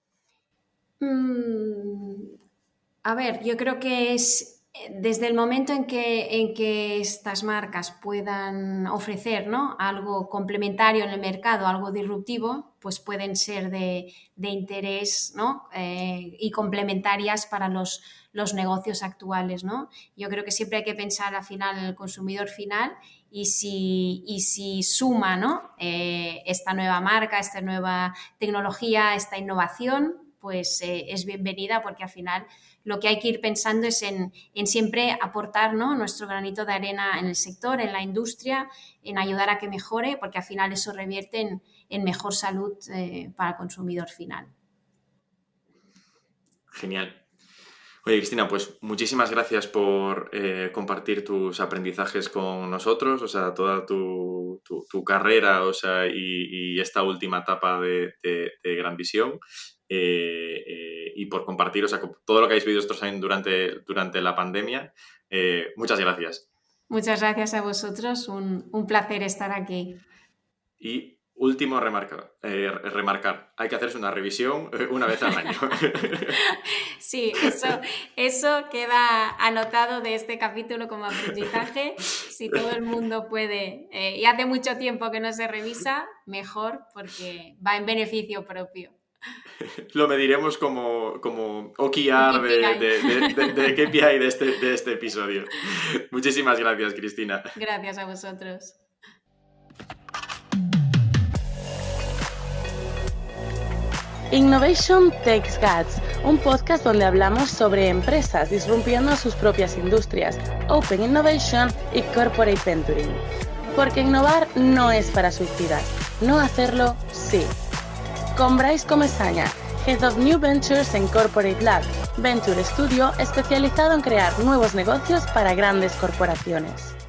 Mm, a ver, yo creo que es desde el momento en que, en que estas marcas puedan ofrecer, ¿no?, algo complementario en el mercado, algo disruptivo, pues pueden ser de, de interés, ¿no?, eh, y complementarias para los, los negocios actuales, ¿no? Yo creo que siempre hay que pensar al final en el consumidor final y si, y si suma, ¿no?, eh, esta nueva marca, esta nueva tecnología, esta innovación, pues eh, es bienvenida, porque al final lo que hay que ir pensando es en, en siempre aportar, ¿no?, nuestro granito de arena en el sector, en la industria, en ayudar a que mejore, porque al final eso revierte en, en mejor salud eh, para el consumidor final. Genial. Oye, Cristina, pues muchísimas gracias por eh, compartir tus aprendizajes con nosotros, o sea, toda tu, tu, tu carrera, o sea, y, y esta última etapa de, de, de Gran Visión. Eh, eh, y por compartir, o sea, todo lo que habéis vivido estos años durante, durante la pandemia. Eh, muchas gracias. Muchas gracias a vosotros, un, un placer estar aquí. Y último remarcar, eh, remarcar, hay que hacerse una revisión una vez al año. Sí, eso, eso queda anotado de este capítulo como aprendizaje. Si todo el mundo puede, eh, y hace mucho tiempo que no se revisa, mejor, porque va en beneficio propio. Lo mediremos como, como O K R de, de, de, de, de K P I de este, de este episodio. Muchísimas gracias, Cristina. Gracias a vosotros. Innovation Takes Guts, un podcast donde hablamos sobre empresas disrumpiendo sus propias industrias, Open Innovation y Corporate Venturing. Porque innovar no es para suicidas, no hacerlo sí. Con Bryce Comesaña, Head of New Ventures en Corporate Lab, Venture Studio especializado en crear nuevos negocios para grandes corporaciones.